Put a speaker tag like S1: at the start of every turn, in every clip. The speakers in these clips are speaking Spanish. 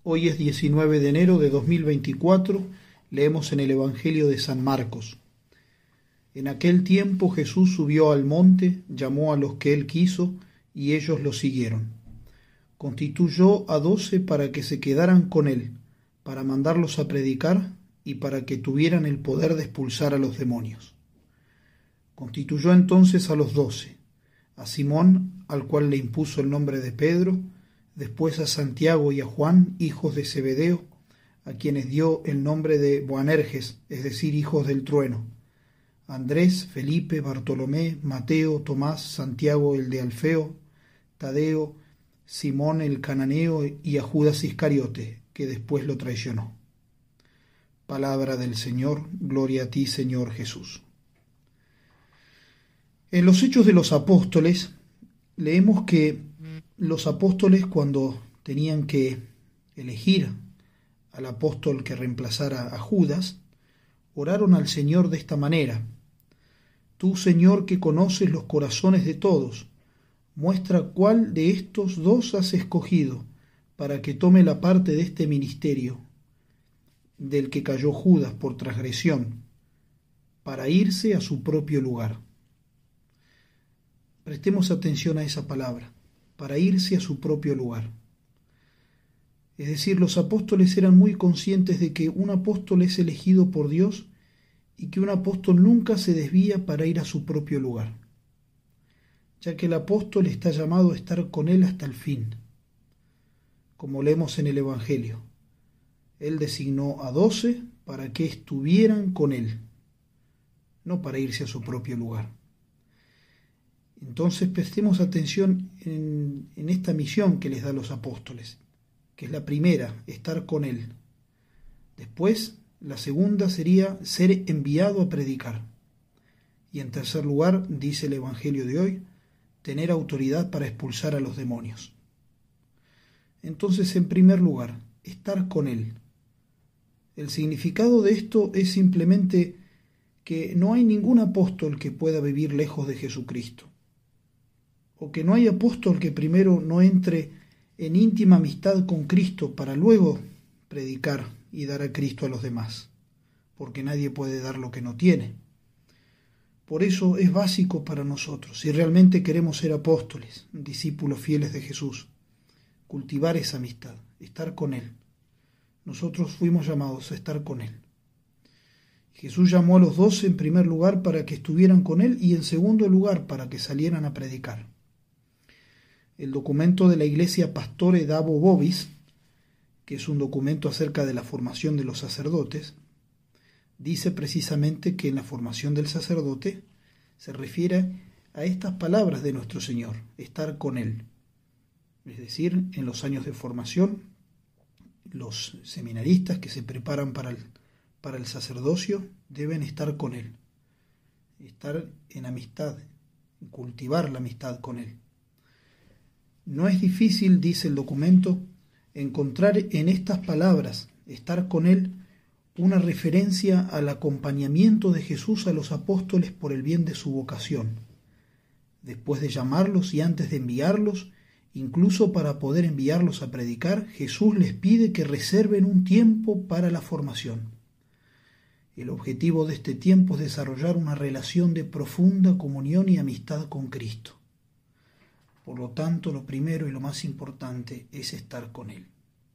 S1: Hoy es 19 de enero de 2024, leemos en el Evangelio de San Marcos. En aquel tiempo Jesús subió al monte, llamó a los que él quiso, y ellos lo siguieron. Constituyó a 12 para que se quedaran con él, para mandarlos a predicar y para que tuvieran el poder de expulsar a los demonios. Constituyó entonces a los 12, a Simón, al cual le impuso el nombre de Pedro, después a Santiago y a Juan, hijos de Zebedeo, a quienes dio el nombre de Boanerges, es decir, hijos del trueno, a Andrés, Felipe, Bartolomé, Mateo, Tomás, Santiago el de Alfeo, Tadeo, Simón el cananeo y a Judas Iscariote, que después lo traicionó. Palabra del Señor, gloria a ti, Señor Jesús. En los Hechos de los Apóstoles leemos que los apóstoles, cuando tenían que elegir al apóstol que reemplazara a Judas, oraron al Señor de esta manera: Tú, Señor, que conoces los corazones de todos, muestra cuál de estos dos has escogido para que tome la parte de este ministerio del que cayó Judas por transgresión, para irse a su propio lugar. Prestemos atención a esa palabra, para irse a su propio lugar. Es decir, los apóstoles eran muy conscientes de que un apóstol es elegido por Dios y que un apóstol nunca se desvía para ir a su propio lugar, ya que el apóstol está llamado a estar con él hasta el fin. Como leemos en el Evangelio, él designó a 12 para que estuvieran con él, no para irse a su propio lugar. Entonces prestemos atención en esta misión que les da a los apóstoles, que es la primera, estar con él. Después, la segunda sería ser enviado a predicar. Y en tercer lugar, dice el Evangelio de hoy, tener autoridad para expulsar a los demonios. Entonces, en primer lugar, estar con él. El significado de esto es simplemente que no hay ningún apóstol que pueda vivir lejos de Jesucristo, o que no hay apóstol que primero no entre en íntima amistad con Cristo para luego predicar y dar a Cristo a los demás, porque nadie puede dar lo que no tiene. Por eso es básico para nosotros, si realmente queremos ser apóstoles, discípulos fieles de Jesús, cultivar esa amistad, estar con Él. Nosotros fuimos llamados a estar con Él. Jesús llamó a los 12 en primer lugar para que estuvieran con Él y en segundo lugar para que salieran a predicar. El documento de la Iglesia Pastore Dabo Vobis, que es un documento acerca de la formación de los sacerdotes, dice precisamente que en la formación del sacerdote se refiere a estas palabras de nuestro Señor, estar con Él. Es decir, en los años de formación, los seminaristas que se preparan para el sacerdocio deben estar con Él, estar en amistad, cultivar la amistad con Él. No es difícil, dice el documento, encontrar en estas palabras, estar con Él, una referencia al acompañamiento de Jesús a los apóstoles por el bien de su vocación, después de llamarlos y antes de enviarlos. Incluso para poder enviarlos a predicar, Jesús les pide que reserven un tiempo para la formación. El objetivo de este tiempo es desarrollar una relación de profunda comunión y amistad con Cristo. Por lo tanto, lo primero y lo más importante es estar con Él.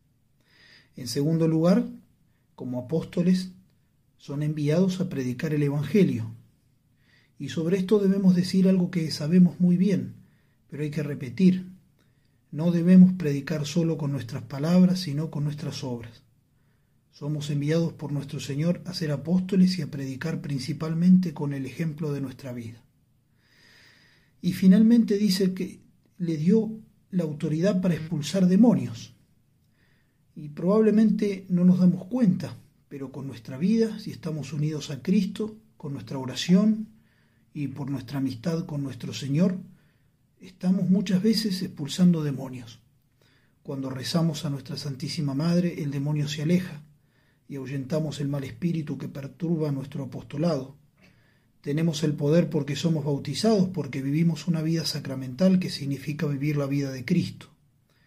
S1: En segundo lugar, como apóstoles, son enviados a predicar el Evangelio. Y sobre esto debemos decir algo que sabemos muy bien, pero hay que repetir. No debemos predicar solo con nuestras palabras, sino con nuestras obras. Somos enviados por nuestro Señor a ser apóstoles y a predicar principalmente con el ejemplo de nuestra vida. Y finalmente dice que le dio la autoridad para expulsar demonios. Y probablemente no nos damos cuenta, pero con nuestra vida, si estamos unidos a Cristo, con nuestra oración y por nuestra amistad con nuestro Señor, estamos muchas veces expulsando demonios. Cuando rezamos a nuestra Santísima Madre, el demonio se aleja y ahuyentamos el mal espíritu que perturba nuestro apostolado. Tenemos el poder porque somos bautizados, porque vivimos una vida sacramental que significa vivir la vida de Cristo.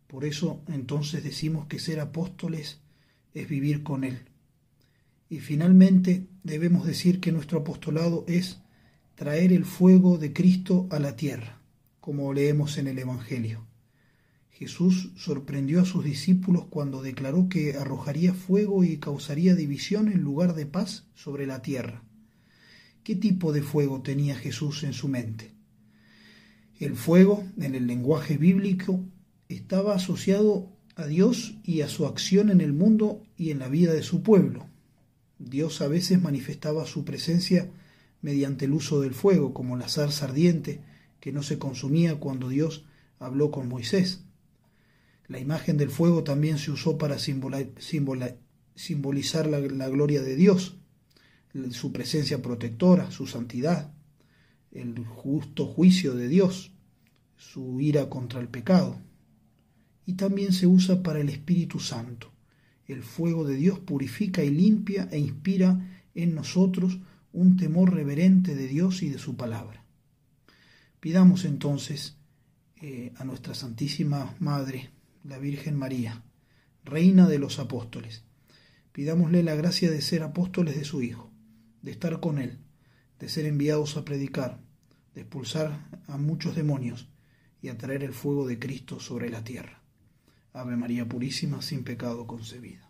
S1: Por eso entonces decimos que ser apóstoles es vivir con Él. Y finalmente debemos decir que nuestro apostolado es traer el fuego de Cristo a la tierra, como leemos en el Evangelio. Jesús sorprendió a sus discípulos cuando declaró que arrojaría fuego y causaría división en lugar de paz sobre la tierra. ¿Qué tipo de fuego tenía Jesús en su mente? El fuego, en el lenguaje bíblico, estaba asociado a Dios y a su acción en el mundo y en la vida de su pueblo. Dios a veces manifestaba su presencia mediante el uso del fuego, como la zarza ardiente que no se consumía cuando Dios habló con Moisés. La imagen del fuego también se usó para simbolizar la gloria de Dios, su presencia protectora, su santidad, el justo juicio de Dios, su ira contra el pecado. Y también se usa para el Espíritu Santo. El fuego de Dios purifica y limpia e inspira en nosotros un temor reverente de Dios y de su palabra. Pidamos entonces a nuestra Santísima Madre, la Virgen María, Reina de los Apóstoles, pidámosle la gracia de ser apóstoles de su Hijo, de estar con Él, de ser enviados a predicar, de expulsar a muchos demonios y a traer el fuego de Cristo sobre la tierra. Ave María Purísima, sin pecado concebida.